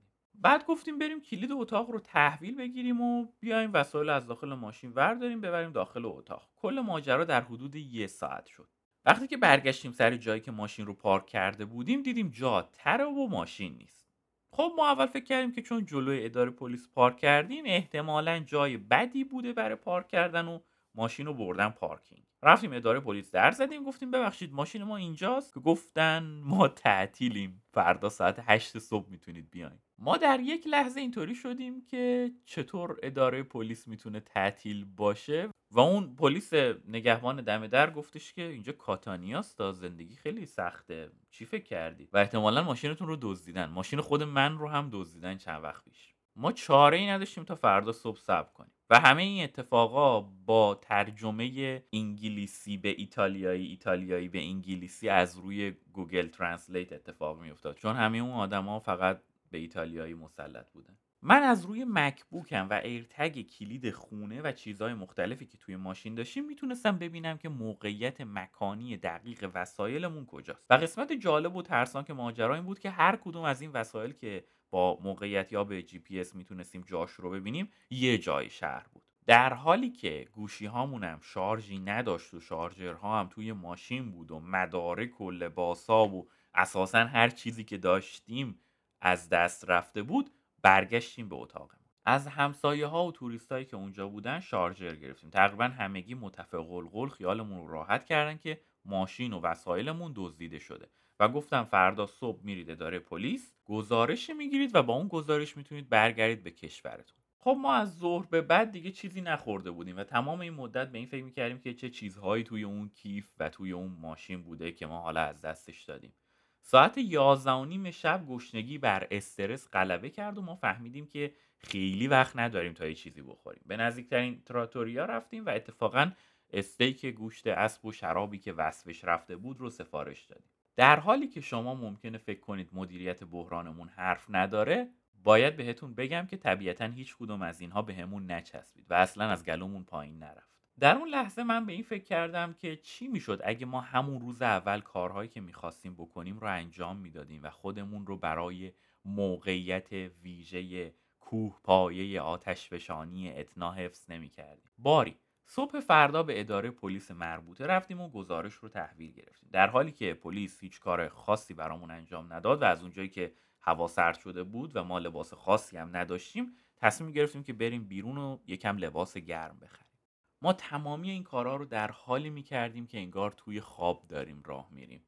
بعد گفتیم بریم کلید اتاق رو تحویل بگیریم و بیایم وسایل از داخل ماشین ورداریم ببریم داخل اتاق. کل ماجرا در حدود 1 ساعت شد. وقتی که برگشتیم سر جایی که ماشین رو پارک کرده بودیم دیدیم جا تره و ماشین نیست. خب ما اول فکر کردیم که چون جلوی اداره پلیس پارک کردیم احتمالاً جای بدی بوده برای پارک کردن و ماشین رو بردن پارکینگ. رفتیم اداره پلیس در زدیم گفتیم ببخشید ماشین ما اینجاست، که گفتن ما تعطیلیم، فردا ساعت 8 صبح میتونید بیاین. ما در یک لحظه اینطوری شدیم که چطور اداره پلیس میتونه تعطیل باشه و اون پلیس نگهبان دم در گفتش که اینجا کاتانیاست تا زندگی خیلی سخته، چی فکر کردی؟ و احتمالاً ماشینتون رو دزدیدن. ماشین خود من رو هم دزدیدن چند وقت پیش. ما چاره ای نداشتیم تا فردا صبح صبر کنیم و همه این اتفاقا با ترجمه انگلیسی به ایتالیایی، ایتالیایی به انگلیسی از روی گوگل ترنسلیت اتفاق میافتاد، چون همه اون آدما فقط به ایتالیایی مسلط بودن. من از روی مکبوکم و ایرتگ کلید خونه و چیزهای مختلفی که توی ماشین داشتیم میتونستم ببینم که موقعیت مکانی دقیق وسایلمون کجاست. و قسمت جالب و ترسناک ماجرا این بود که هر کدوم از این وسایل که با موقعیت یا به GPS میتونستیم جاش رو ببینیم یه جای شهر بود. در حالی که گوشی هامونم شارژی نداشت و شارژرها هم توی ماشین بود و مدارک و لباسا و اساسا هر چیزی که داشتیم از دست رفته بود، برگشتیم به اتاقمون. از همسایه ها و توریستایی که اونجا بودن شارژر گرفتیم. تقریبا همگی متفق القول خیالمون رو راحت کردن که ماشین و وسایلمون دزدیده شده و گفتم فردا صبح میرید اداره پلیس، گزارش میگیرید و با اون گزارش میتونید برگردید به کشورتون. خب ما از ظهر به بعد دیگه چیزی نخورده بودیم و تمام این مدت به این فکر میکردیم که چه چیزهایی توی اون کیف و توی اون ماشین بوده که ما حالا از دستش دادیم. ساعت 11:30 شب گشنگی بر استرس غلبه کرد و ما فهمیدیم که خیلی وقت نداریم تا یه چیزی بخوریم. به نزدیکترین تراتوریا رفتیم و اتفاقا استیک گوشت اسب و شرابی که وصفش رفته بود رو سفارش دادیم. در حالی که شما ممکنه فکر کنید مدیریت بحرانمون حرف نداره، باید بهتون بگم که طبیعتا هیچ کدوم از اینها بهمون نچسبید و اصلا از گلومون پایین نرفت. در اون لحظه من به این فکر کردم که چی میشد اگه ما همون روز اول کارهایی که میخواستیم بکنیم رو انجام میدادیم و خودمون رو برای موقعیت ویژه کوه پایه آتشفشانی اتنا حفظ نمیکردیم. باری صبح فردا به اداره پلیس مربوطه رفتیم و گزارش رو تحویل گرفتیم، در حالی که پلیس هیچ کار خاصی برامون انجام نداد و از اونجایی که هوا سرد شده بود و ما لباس خاصی هم نداشتیم تصمیم گرفتیم که بریم بیرون و یکم لباس گرم بخریم. ما تمامی این کارها رو در حالی میکردیم که انگار توی خواب داریم راه میریم.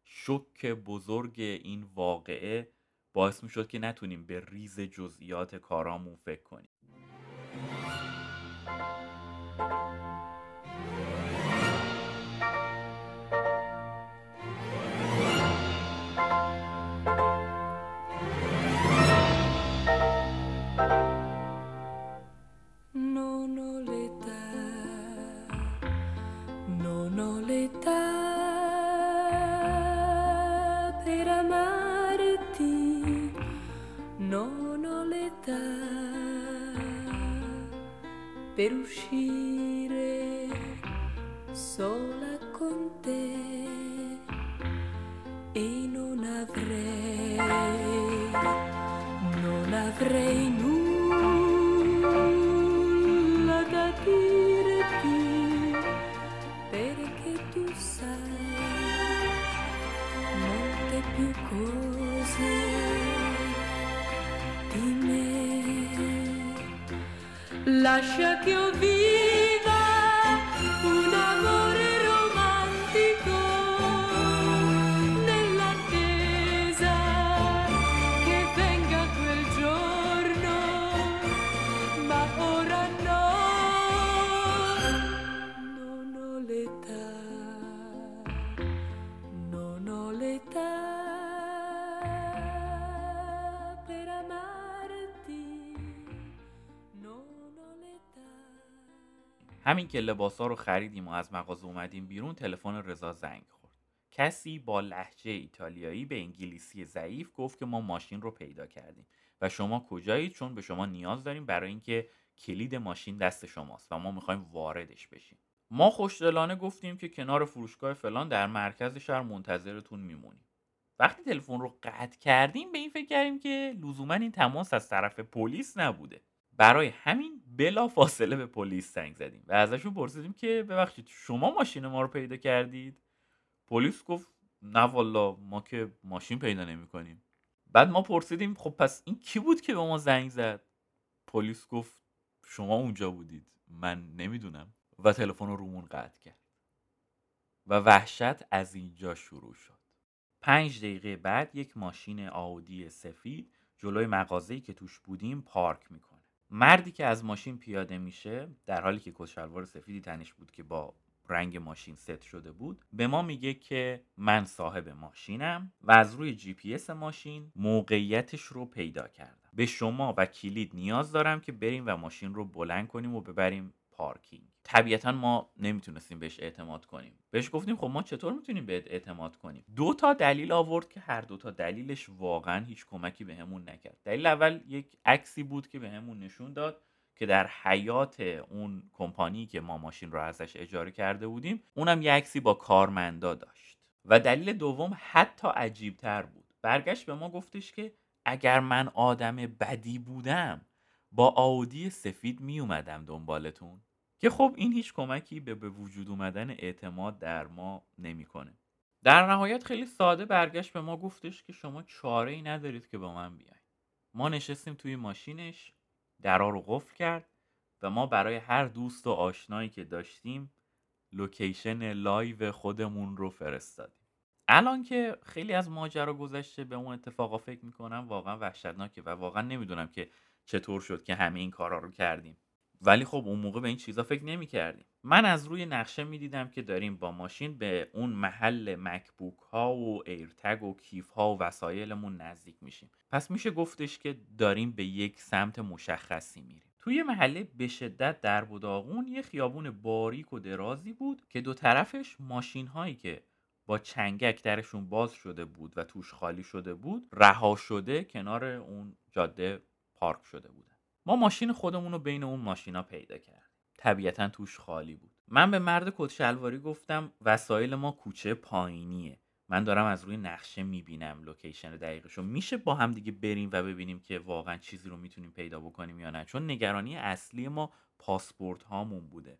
شوک بزرگ این واقعه باعث میشد که نتونیم به ریز جزئیات کارامون فکر کنیم. Non ho l'età, non ho l'età per amarti, non ho l'età per uscire sola con te e non avrei nulla da dirti perché tu sai molte più cose di me. Lascia che io viva un amore romantico nell'attesa che venga quel giorno, ma ora no, non ho l'età, non ho l'età per amarti, non ho l'età. همین که لباسا رو خریدیم و از مغازه اومدیم بیرون تلفن رضا زنگ خورد. کسی با لهجه ایتالیایی به انگلیسی ضعیف گفت که ما ماشین رو پیدا کردیم و شما کجایید، چون به شما نیاز داریم برای اینکه کلید ماشین دست شماست و ما میخوایم واردش بشیم. ما خوشدلانه گفتیم که کنار فروشگاه فلان در مرکز شهر منتظرتون میمونیم. وقتی تلفن رو قطع کردیم به این فکر کردیم که لزوما این تماس از طرف پلیس نبوده. برای همین بلافاصله به پلیس زنگ زدیم و ازشون پرسیدیم که ببخشید شما ماشین ما رو پیدا کردید؟ پلیس گفت نه والا ما که ماشین پیدا نمی‌کنیم. بعد ما پرسیدیم خب پس این کی بود که به ما زنگ زد؟ پلیس گفت شما اونجا بودید من نمیدونم و تلفن رو رومون قطع کرد و وحشت از اینجا شروع شد. 5 دقیقه بعد یک ماشین آودی سفید جلوی مغازه‌ای که توش بودیم پارک میکنه. مردی که از ماشین پیاده میشه در حالی که کت‌شلوار سفیدی تنش بود که با رنگ ماشین ست شده بود به ما میگه که من صاحب ماشینم و از روی جی پی اس ماشین موقعیتش رو پیدا کردم. به شما و کلید نیاز دارم که بریم و ماشین رو بلند کنیم و ببریم پارکینگ. طبیعتا ما نمیتونستیم بهش اعتماد کنیم. بهش گفتیم خب ما چطور میتونیم بهت اعتماد کنیم؟ 2 تا دلیل آورد که هر 2 تا دلیلش واقعا هیچ کمکی بهمون نکرد. دلیل اول یک عکسی بود که بهمون نشون داد که در حیات اون کمپانی که ما ماشین رو ازش اجاره کرده بودیم اونم یه عکسی با کارمندا داشت. و دلیل دوم حتی عجیب‌تر بود. برگشت به ما گفتش که اگر من آدم بدی بودم با آودی سفید می اومدم دنبالتون. که خب این هیچ کمکی به وجود اومدن اعتماد در ما نمیکنه. در نهایت خیلی ساده برگشت به ما گفتش که شما چاره ای ندارید که با من بیاین. ما نشستیم توی ماشینش، درا رو قفل کرد و ما برای هر دوست و آشنایی که داشتیم لوکیشن لایو خودمون رو فرستادیم. الان که خیلی از ماجرا گذشته به اون اتفاقا فکر میکنم واقعا وحشتناکه و واقعا نمیدونم که چطور شد که همه این کارا رو کردیم. ولی خب اون موقع به این چیزا فکر نمی‌کردیم. من از روی نقشه می‌دیدم که داریم با ماشین به اون محل مکبوک ها و ایرتگ و کیف ها و وسایلمون نزدیک میشیم. پس میشه گفتش که داریم به یک سمت مشخصی میریم. توی محله به شدت درب و داغون یه خیابون باریک و درازی بود که دو طرفش ماشین هایی که با چنگک درشون باز شده بود و توش خالی شده بود رها شده کنار اون جاده پارک شده بودن. ما ماشین خودمون رو بین اون ماشینا پیدا کردیم. طبیعتا توش خالی بود. من به مرد کت شلواری گفتم وسایل ما کوچه پایینیه. من دارم از روی نقشه میبینم لوکیشن دقیقشو. میشه با هم دیگه بریم و ببینیم که واقعا چیزی رو میتونیم پیدا بکنیم یا نه؟ چون نگرانی اصلی ما پاسپورت هامون بوده.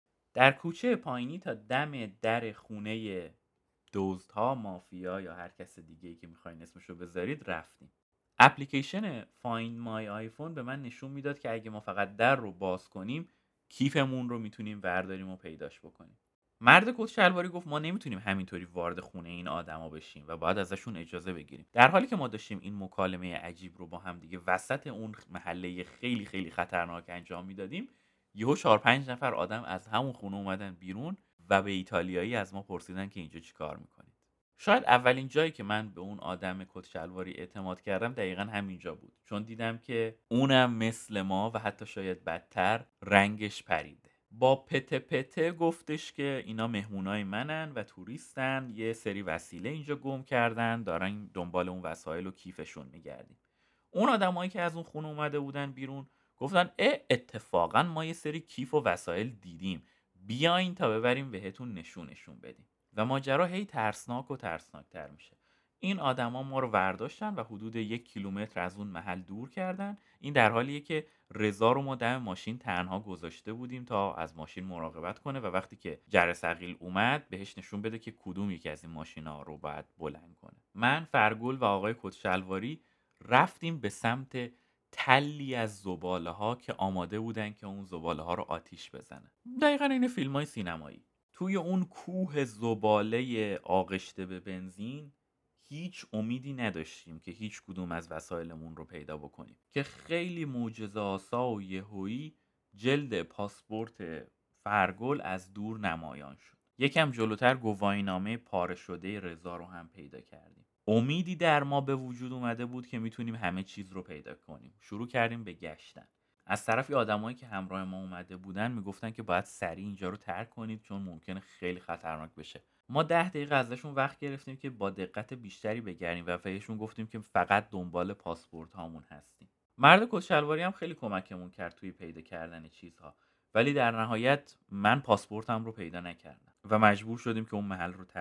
در کوچه پایینی تا دم در خونه دزدها، مافیا یا هر کس دیگه‌ای که میخواین اسمشو بذارید رفتیم. اپلیکیشن فایند مای آیفون به من نشون میداد که اگه ما فقط در رو باز کنیم کیفمون رو میتونیم ورداریم و پیداش بکنیم. مرد کت شلواری گفت ما نمیتونیم همینطوری وارد خونه این آدما بشیم و باید ازشون اجازه بگیریم. در حالی که ما داشتیم این مکالمه عجیب رو با هم دیگه وسط اون محله خیلی خیلی خطرناک انجام میدادیم، یهو 4-5 نفر آدم از همون خونه اومدن بیرون و به ایتالیایی از ما پرسیدن که اینجا چیکار میکنید. شاید اولین جایی که من به اون آدم کت شلواری اعتماد کردم دقیقا همینجا بود، چون دیدم که اونم مثل ما و حتی شاید بدتر رنگش پریده. با پته پته گفتش که اینا مهمونای منن و توریستن، یه سری وسیله اینجا گم کردن، دارن دنبال اون وسایل و کیفشون میگردیم. اون آدمایی که از اون خونه اومده بودن بیرون گفتن اتفاقا ما یه سری کیف و وسایل دیدیم، بیاین تا ببریم بهتون نشونشون بدیم. و ماجرا هی ترسناک و ترسناکتر میشه. این آدما ما رو ورداشتن و حدود 1 کیلومتر از اون محل دور کردن. این در حالیه که رضا رو ما دم ماشین تنها گذاشته بودیم تا از ماشین مراقبت کنه و وقتی که جره ثقیل اومد بهش نشون بده که کدوم یکی از این ماشینا رو باید بلند کنه. من، فرگل و آقای کت شلواری رفتیم به سمت تلی از زباله ها که آماده بودن که اون زباله ها رو آتیش بزنن. دقیقاً این فیلم های سینمایی. توی اون کوه زباله آغشته به بنزین هیچ امیدی نداشتیم که هیچ کدوم از وسایلمون رو پیدا بکنیم که خیلی معجزه‌آسا و یهویی جلد پاسپورت فرگل از دور نمایان شد. یکم جلوتر گواهینامه پاره شده رضا رو هم پیدا کردیم. امیدی در ما به وجود اومده بود که میتونیم همه چیز رو پیدا کنیم. شروع کردیم به گشتن. از طرفی آدمایی که همراه ما اومده بودن میگفتن که باید سریع اینجا رو ترک کنید چون ممکنه خیلی خطرناک بشه. ما 10 دقیقه ازشون وقت گرفتیم که با دقت بیشتری بگردیم و بهشون گفتیم که فقط دنبال پاسپورت هامون هستیم. مرد کت شلواری هم خیلی کمکمون کرد توی پیدا کردن چیزها، ولی در نهایت من پاسپورتم رو پیدا نکردم و مجبور شدیم که اون محل رو ترک کنیم.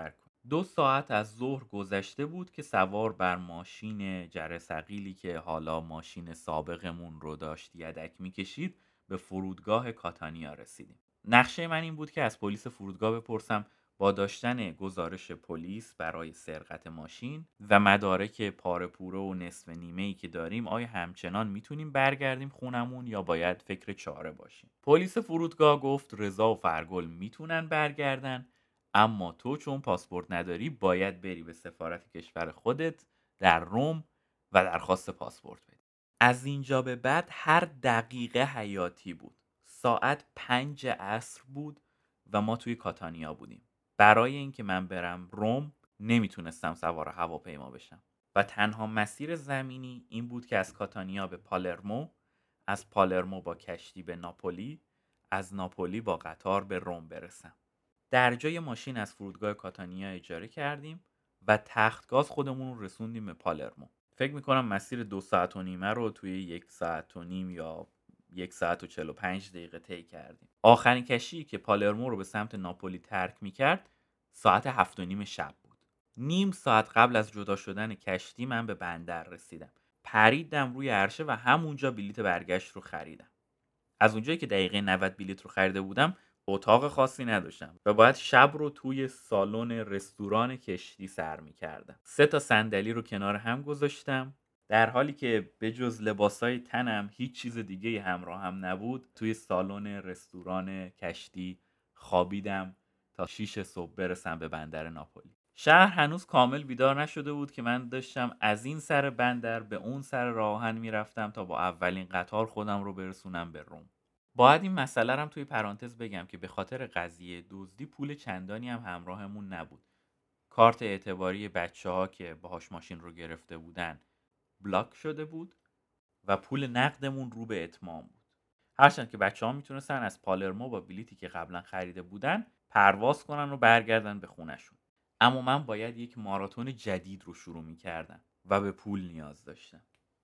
2 ساعت از ظهر گذشته بود که سوار بر ماشین جرثقیلی که حالا ماشین سابقمون رو داشت یدک میکشید به فرودگاه کاتانیا رسیدیم. نقشه من این بود که از پلیس فرودگاه بپرسم با داشتن گزارش پلیس برای سرقت ماشین و مدارک پاره پوره و نصف نیمه ای که داریم آیا همچنان میتونیم برگردیم خونمون یا باید فکر چاره باشیم. پلیس فرودگاه گفت رضا و فرگل میتونن برگردن، اما تو چون پاسپورت نداری باید بری به سفارت کشور خودت در روم و درخواست پاسپورت بدی. از اینجا به بعد هر دقیقه حیاتی بود. ساعت 5 عصر بود و ما توی کاتانیا بودیم. برای اینکه من برم روم نمیتونستم سوار هواپیما بشم و تنها مسیر زمینی این بود که از کاتانیا به پالرمو، از پالرمو با کشتی به ناپولی، از ناپولی با قطار به روم برسم. در جای ماشین از فرودگاه کاتانیا اجاره کردیم و تختگاز خودمون رو رسوندیم به پالرمو. فکر میکنم مسیر 2 ساعت و نیمه رو توی 1 ساعت و نیم یا 1 ساعت و 45 دقیقه طی کردیم. آخرین کشتی که پالرمو رو به سمت ناپولی ترک میکرد ساعت 7 و نیم شب بود. نیم ساعت قبل از جدا شدن کشتی من به بندر رسیدم. پریدم روی عرشه و همونجا بلیت برگشت رو خریدم. از اونجایی که دقیقه 90 بلیت رو خریده بودم اتاق خاصی نداشتم و باید شب رو توی سالن رستوران کشتی سر می‌کردم. 3 تا صندلی رو کنار هم گذاشتم در حالی که به جز لباسای تنم هیچ چیز دیگه همراه هم نبود. توی سالن رستوران کشتی خوابیدم تا 6 صبح برسم به بندر ناپولی. شهر هنوز کامل بیدار نشده بود که من داشتم از این سر بندر به اون سر راه آهن میرفتم تا با اولین قطار خودم رو برسونم به روم. باید این مسئله رو هم توی پرانتز بگم که به خاطر قضیه دزدی پول چندانی هم همراهمون نبود. کارت اعتباری بچه‌ها که باهاش ماشین رو گرفته بودن بلاک شده بود و پول نقدمون رو به اتمام بود. هرچند که بچه‌ها میتونستن از پالرمو با بلیتی که قبلا خریده بودن پرواز کنن و برگردن به خونشون. اما من باید یک ماراتون جدید رو شروع میکردم و به پول نیاز داشتم.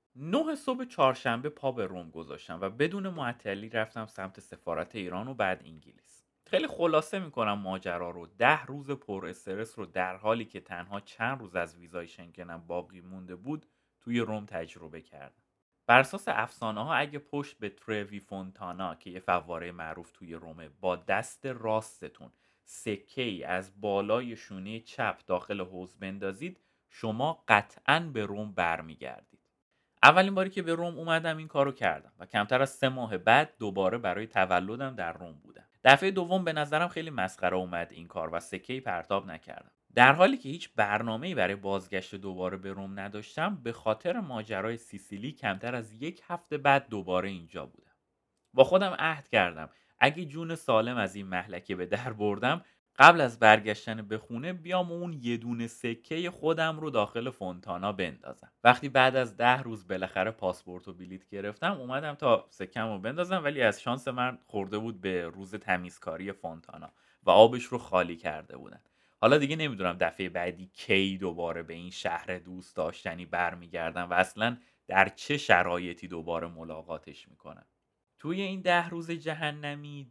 9 صبح چهارشنبه پا به روم گذاشتم و بدون معطلی رفتم سمت سفارت ایران و بعد انگلیس. خیلی خلاصه میکنم ماجرا رو. 10 روز پر استرس رو در حالی که تنها چند روز از ویزای شنگنم باقی مونده بود توی روم تجربه کردم. بر اساس افسانه ها اگه پشت به تروی فونتانا که یه فواره معروف توی رومه با دست راستتون سکه ای از بالای شونه چپ داخل حوض بندازید شما قطعاً به روم برمیگردید. اولین باری که به روم اومدم این کارو کردم و کمتر از 3 ماه بعد دوباره برای تولدم در روم بودم. دفعه دوم به نظرم خیلی مسخره اومد این کار و سکه‌ای پرتاب نکردم. در حالی که هیچ برنامه‌ای برای بازگشت دوباره به روم نداشتم به خاطر ماجرای سیسیلی کمتر از 1 هفته بعد دوباره اینجا بودم. با خودم عهد کردم اگه جون سالم از این مهلکه به در بردم قبل از برگشتن به خونه بیام و اون یه دونه سکه خودم رو داخل فونتانا بندازم. وقتی بعد از 10 روز بالاخره پاسپورت و بلیط گرفتم اومدم تا سکم رو بندازم ولی از شانس من خورده بود به روز تمیزکاری فونتانا و آبش رو خالی کرده بودن. حالا دیگه نمیدونم دفعه بعدی کی دوباره به این شهر دوست داشتنی برمیگردم و اصلا در چه شرایطی دوباره ملاقاتش میکنم. توی این 10 روز جهنمی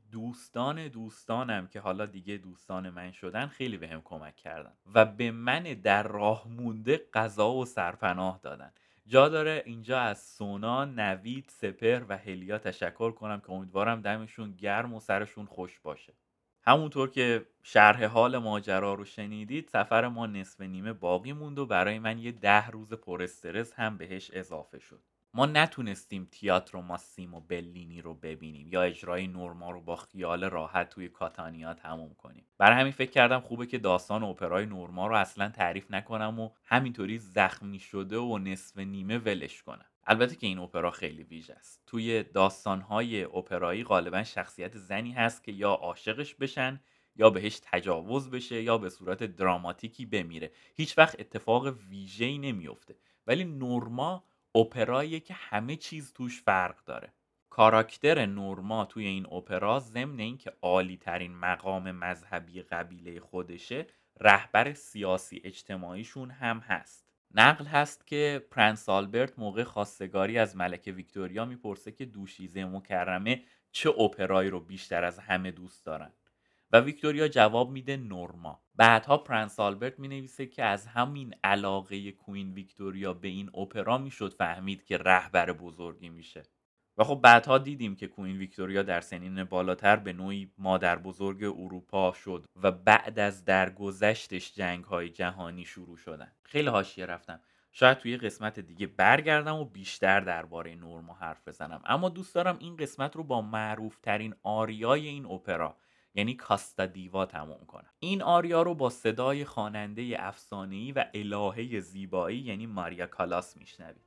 دوستانم که حالا دیگه دوستان من شدن خیلی بهم کمک کردن و به من در راه مونده غذا و سرپناه دادن. جا داره اینجا از سونا، نوید، سپر و هلیا تشکر کنم که امیدوارم دمشون گرم و سرشون خوش باشه. همونطور که شرح حال ماجرا رو شنیدید سفر ما نصف نیمه باقی موند و برای من یه 10 روز پر استرس هم بهش اضافه شد. ما نتونستیم تئاتر ماسیمو بلینی رو ببینیم یا اجرای نورما رو با خیال راحت توی کاتانیا تموم کنیم. برای همین فکر کردم خوبه که داستان اپرای نورما رو اصلا تعریف نکنم و همینطوری زخمی شده و نصف نیمه ولش کنم. البته که این اپرا خیلی ویژه است. توی داستان‌های اپرایی غالبا شخصیت زنی هست که یا عاشقش بشن یا بهش تجاوز بشه یا به صورت دراماتیکی بمیره. هیچ وقت اتفاق ویژه‌ای نمیفته. ولی نورما اپراییه که همه چیز توش فرق داره. کاراکتر نورما توی این اپرا ضمن اینکه عالی ترین مقام مذهبی قبیله خودشه رهبر سیاسی اجتماعیشون هم هست. نقل هست که پرنس آلبرت موقع خواستگاری از ملکه ویکتوریا میپرسه که دوشیزه مکرمه چه اپرایی رو بیشتر از همه دوست دارن و ویکتوریا جواب میده نورما. بعدها پرنس آلبرت مینویسه که از همین علاقه کوین ویکتوریا به این اپرا میشد فهمید که رهبر بزرگی میشه. و خب بعدها دیدیم که کوین ویکتوریا در سنین بالاتر به نوعی مادر بزرگ اروپا شد و بعد از درگذشتش جنگ‌های جهانی شروع شدن. خیلی حاشیه رفتم. شاید توی قسمت دیگه برگردم و بیشتر درباره نورما حرف بزنم، اما دوست دارم این قسمت رو با معروف ترین آریای این اپرا یعنی کاستا دیوا تموم کنم. این آریا رو با صدای خواننده افسانه‌ای و الهه زیبایی یعنی ماریا کالاس میشنوید.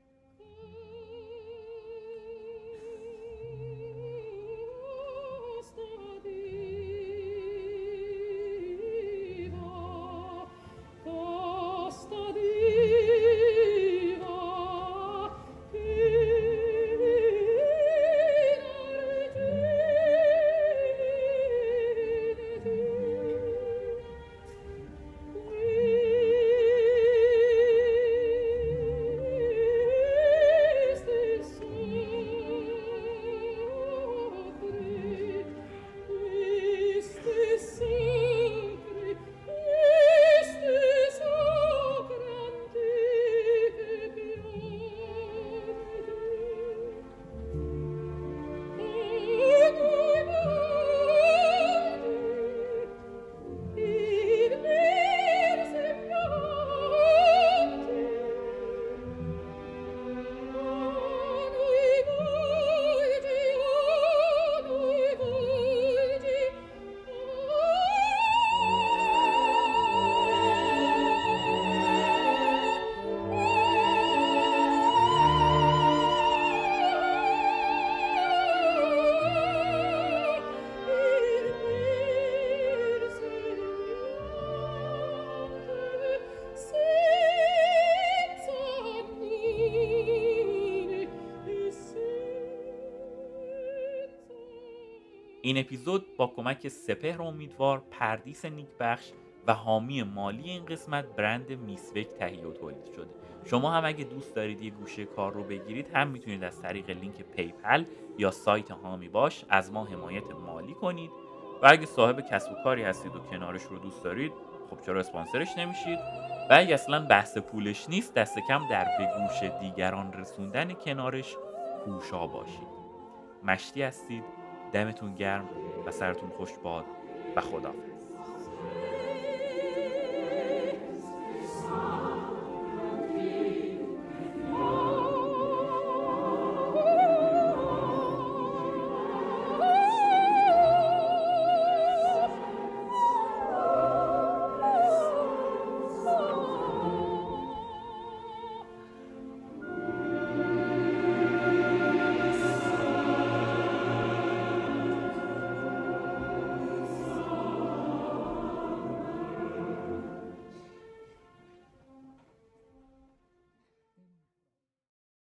این اپیزود با کمک سپهر امیدوار، پردیس نیکبخش و حامی مالی این قسمت برند میسوک تهیه و تولید شده. شما هم اگه دوست دارید یه گوشه کار رو بگیرید هم میتونید از طریق لینک پیپل یا سایت حامی باش از ما حمایت مالی کنید و اگه صاحب کسب و کاری هستید و کنارش رو دوست دارید خب چرا اسپانسرش نمیشید و اگه اصلا بحث پولش نیست دست کم در به گوش دیگران رسوندن کنارش کوشا باشید. مشتی هستید، دمتون گرم و سرتون خوش باد و خداحافظ.